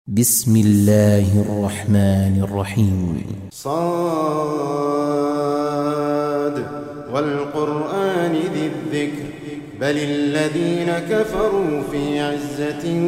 بسم الله الرحمن الرحيم. صاد والقرآن ذي الذكر بل الذين كفروا في عزة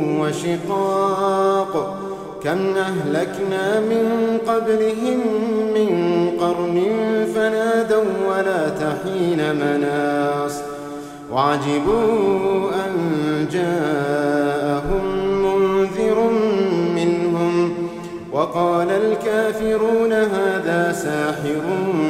وشقاق كم أهلكنا من قبلهم من قرن فنادوا ولا تحين مناص وعجبوا أن جاءهم منذر منهم وقال الكافرون هذا ساحر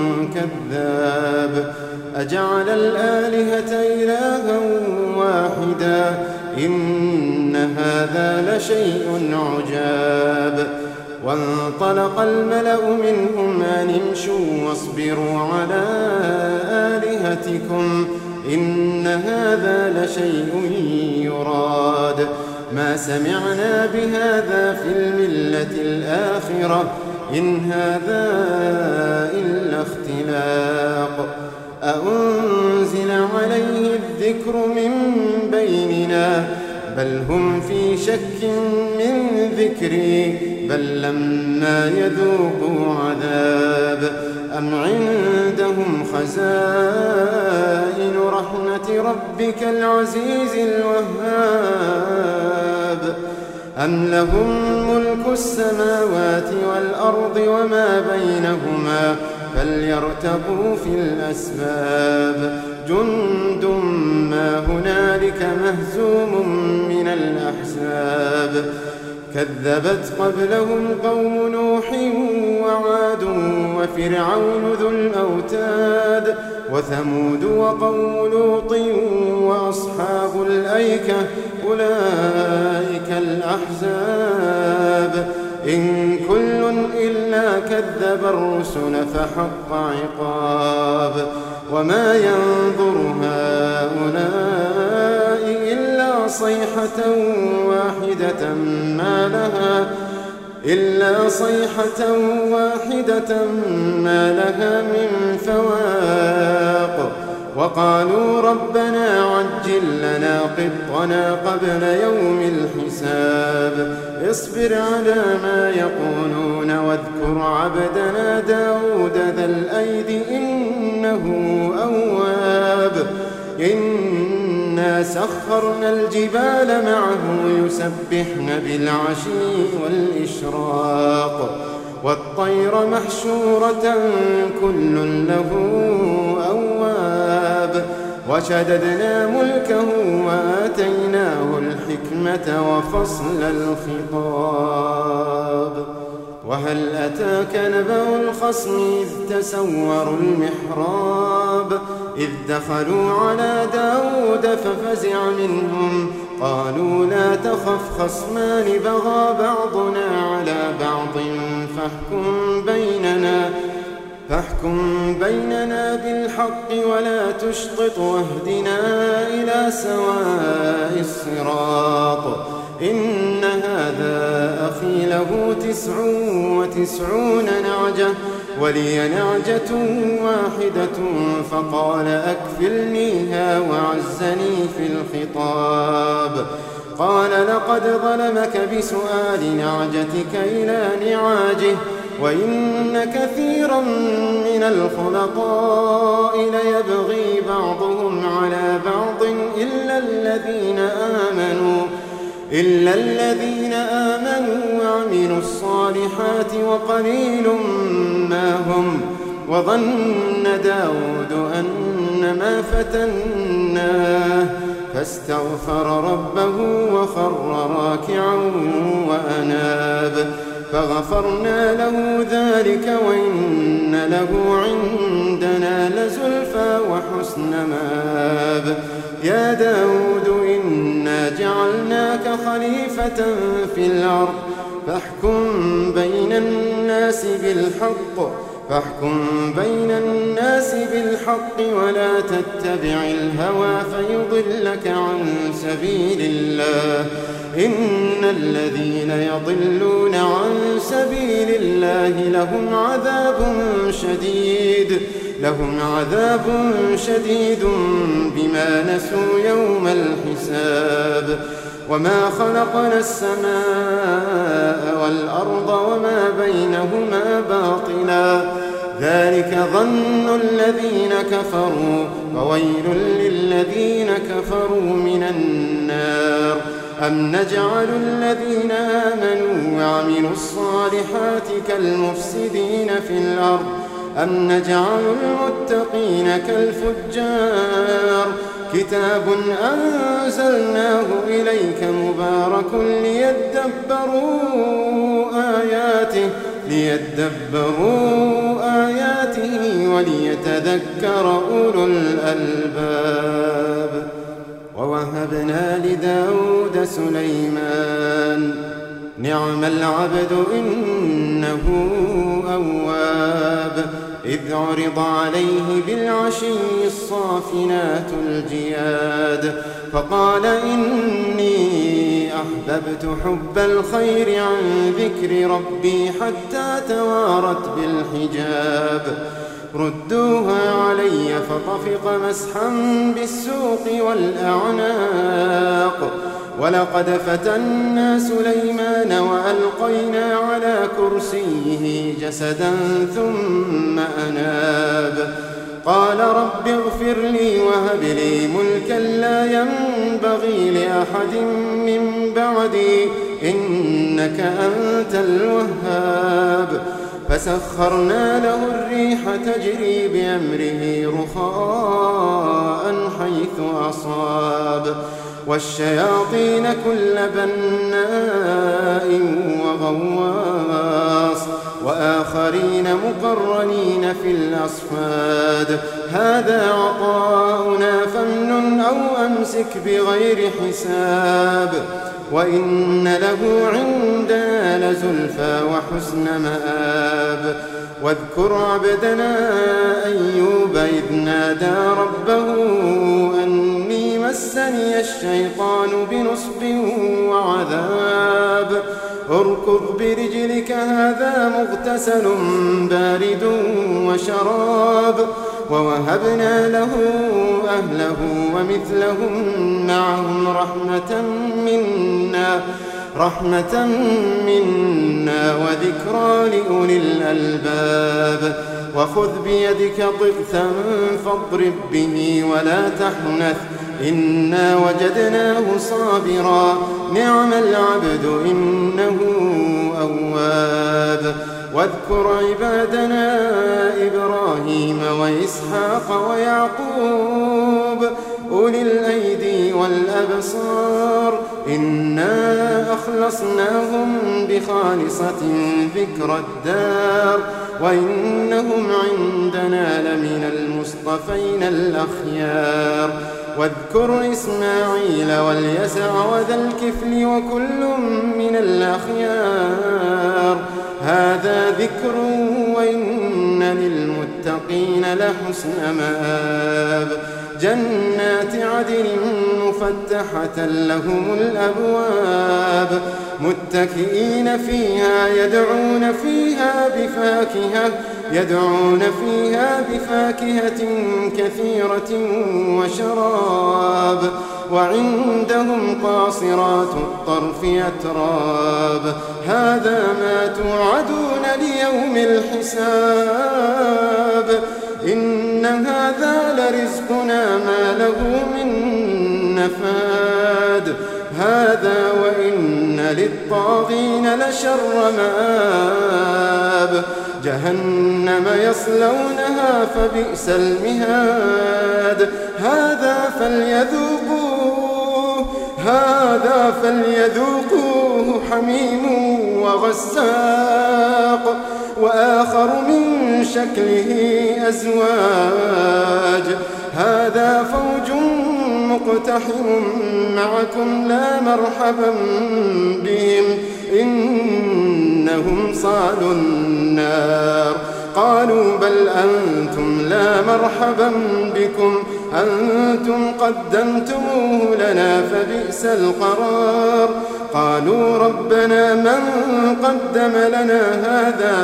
كذاب أجعل الآلهة إلها واحدا إن هذا لشيء عجاب وانطلق الملأ منهم أن امشوا واصبروا على آلهتكم إن هذا لشيء يراد ما سمعنا بهذا في الملة الآخرة إن هذا إلا اختلاق أأنزل عليه الذكر من بيننا بل هم في شك من ذكري بل لما يذوقوا عذاب أم عندهم خزائن رحمة ربك العزيز الوهاب أم لهم ملك السماوات والأرض وما بينهما فليرتقوا في الأسباب جند ما هنالك مهزوم من الأحزاب كذبت قبلهم قوم نوح وعاد وفرعون ذو الأوتاد وثمود وقوم لوط وأصحاب الأيكة أولئك الأحزاب إن كل إلا كذب الرسل فحق عقاب وما ينظر هؤلاء إلا صيحة واحدة ما لها من فواق وقالوا ربنا عجل لنا قطنا قبل يوم الحساب اصبر على ما يقولون واذكر عبدنا داود ذا الأيد إنه أواب إنا سخرنا الجبال معه يسبحن بالعشي والإشراق والطير محشورة كل له أواب وشددنا ملكه وآتيناه الحكمة وفصل الخطاب وهل أتاك نبأ الخصم إذ تسوروا المحراب إذ دخلوا على داود ففزع منهم قالوا لا تخف خصمان بغى بعضنا على بعض فاحكم بيننا بالحق ولا تشطط واهدنا إلى سواء الصراط إن هذا أخي له 99 نعجة ولي نعجة واحدة فقال أكفلنيها وعزني في الخطاب قال لقد ظلمك بسؤال نعجتك إلى نعاجه وإن كثيرا من الخلطاء ليبغي بعضهم على بعض إلا الذين آمنوا وعملوا الصالحات وقليل ما هم وظن داود أنما فتناه فاستغفر ربه وخر راكعا وأناب فغفرنا له ذلك وإن له عندنا لزلفى وحسن مآب يا داود إنا جعلناك خليفة في الأرض فاحكم بين الناس بالحق ولا تتبع الهوى فيضلك عن سبيل الله إن الذين يضلون عن سبيل الله لهم عذاب شديد بما نسوا يوم الحساب وما خلقنا السماء ذلك ظن الذين كفروا فويل للذين كفروا من النار. أم نجعل الذين آمنوا وعملوا الصالحات كالمفسدين في الأرض أم نجعل المتقين كالفجار. كتاب أنزلناه إليك مبارك ليدبروا آياته وليتذكر أولو الألباب. ووهبنا لداود سليمان نعم العبد إنه أواب. إذ عرض عليه بالعشي الصافنات الجياد فقال إني أحببت حب الخير عن ذكر ربي حتى توارت بالحجاب. ردوها علي فطفق مسحا بالسوق والأعناق. ولقد فتنا سليمان وألقينا على كرسيه جسدا ثم أناب. قال رب اغفر لي وهب لي ملكا لا ينبغي لأحد من بعدي إنك أنت الوهاب. فسخرنا له الريح تجري بأمره رخاء حيث أصاب والشياطين كل بناء وغواص وآخرين مقرنين في الأصفاد. هذا عطاؤنا فامنن أو أمسك بغير حساب. وإن له عندنا لزلفى وحسن مآب. واذكر عبدنا أيوب إذ نادى ربه أني مسني الشيطان بنصب وعذاب. اركض برجلك هذا مغتسل بارد وشراب. ووهبنا له أهله ومثلهم معهم رحمة منا وذكرى لأولي الألباب. وخذ بيدك ضغثا فاضرب به ولا تحنث إنا وجدناه صابرا نعم العبد إنه أواب. واذكر عبادنا إبراهيم وإسحاق ويعقوب أولي الأيدي والأبصار إنا أخلصناهم بخالصة ذكر الدار وإنهم عندنا لمن المصطفين الأخيار. واذكر إسماعيل واليسع وذا الكفل وكل من الأخيار. هذا ذكر وإن للمتقين لحسن مآب. جنات عدن مفتحة لهم الأبواب متكئين فيها يدعون فيها بفاكهة كثيرة وشراب. وعندهم قاصرات الطرف أتراب. هذا ما توعدون ليوم الحساب. إن هذا لرزقنا ما له من نفاد. هذا وإن للطاغين لشر مآب. جهنم يصلونها فبئس المهاد. هذا فليذوقوه حميم وغساق وآخر من شكله أزواج. هذا فوج مقتحم معكم لا مرحبا بهم إنهم صالوا النار. قالوا بل أنتم لا مرحبا بكم أنتم قدمتموه لنا فبئس القرار. قالوا ربنا من قدم لنا هذا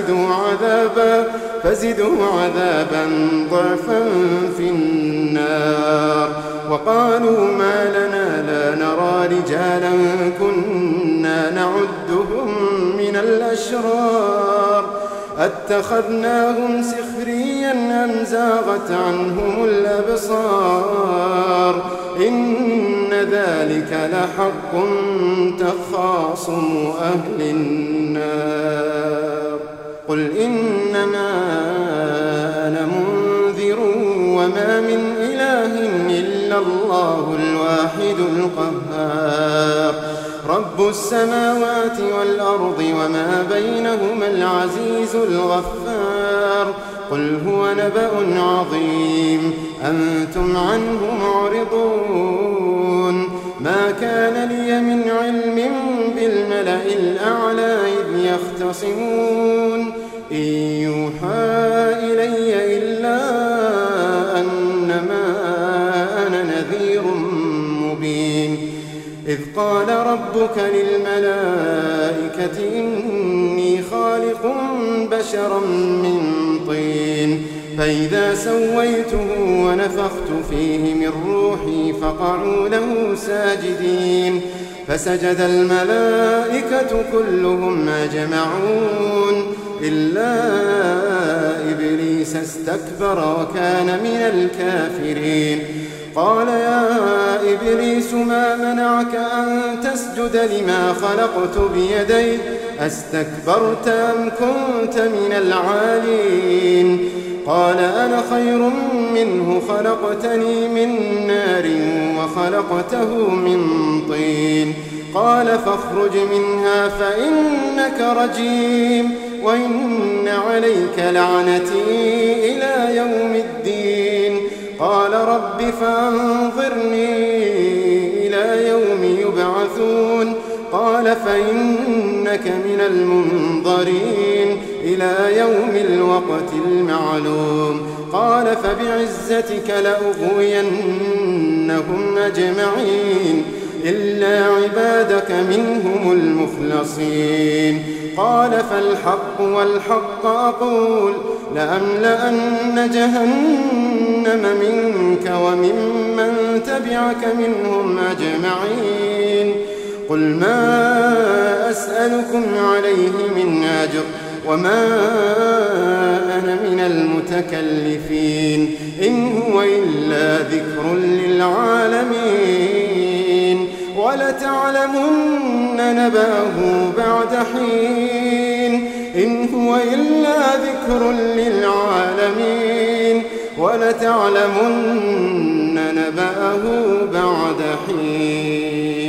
فزده عذابا ضعفا في النار. وقالوا ما لنا لا نرى رجالا كنا نعدهم من الأشرار أتخذناهم سخريا أم زاغت عنهم الأبصار إن ذلك لحق تخاصم أهل النار قل إنما أنا منذر وما من إله إلا الله الواحد القهار رب السماوات والأرض وما بينهما العزيز الغفار قل هو نبأ عظيم أنتم عنه معرضون ما كان لي من علم بالملأ الأعلى إذ يختصمون إن يوحى إلي إلا أنما أنا نذير مبين إذ قال ربك للملائكة إني خالق بشرا من طين فإذا سويته ونفخت فيه من روحي فقعوا له ساجدين فسجد الملائكة كلهم أجمعون إلا إبليس استكبر وكان من الكافرين قال يا إبليس ما منعك أن تسجد لما خلقت بيدي أستكبرت أم كنت من العالين قال أنا خير منه خلقتني من نار وخلقته من طين قال فاخرج منها فإنك رجيم وإن عليك لعنتي إلى يوم الدين قال رب فانظرني إلى يوم يبعثون قال فإنك من المنظرين إلى يوم الوقت المعلوم قال فبعزتك لأغوينهم أجمعين إلا عبادك منهم المخلصين قال فالحق والحق أقول لأملأن جهنم منك وممن تبعك منهم أجمعين قل ما أسألكم عليه من أجر وما أنا من المتكلفين إن هو إلا ذكر للعالمين ولتعلمن نبأه بعد حين إن هو إلا ذكر للعالمين ولتعلمن نبأه بعد حين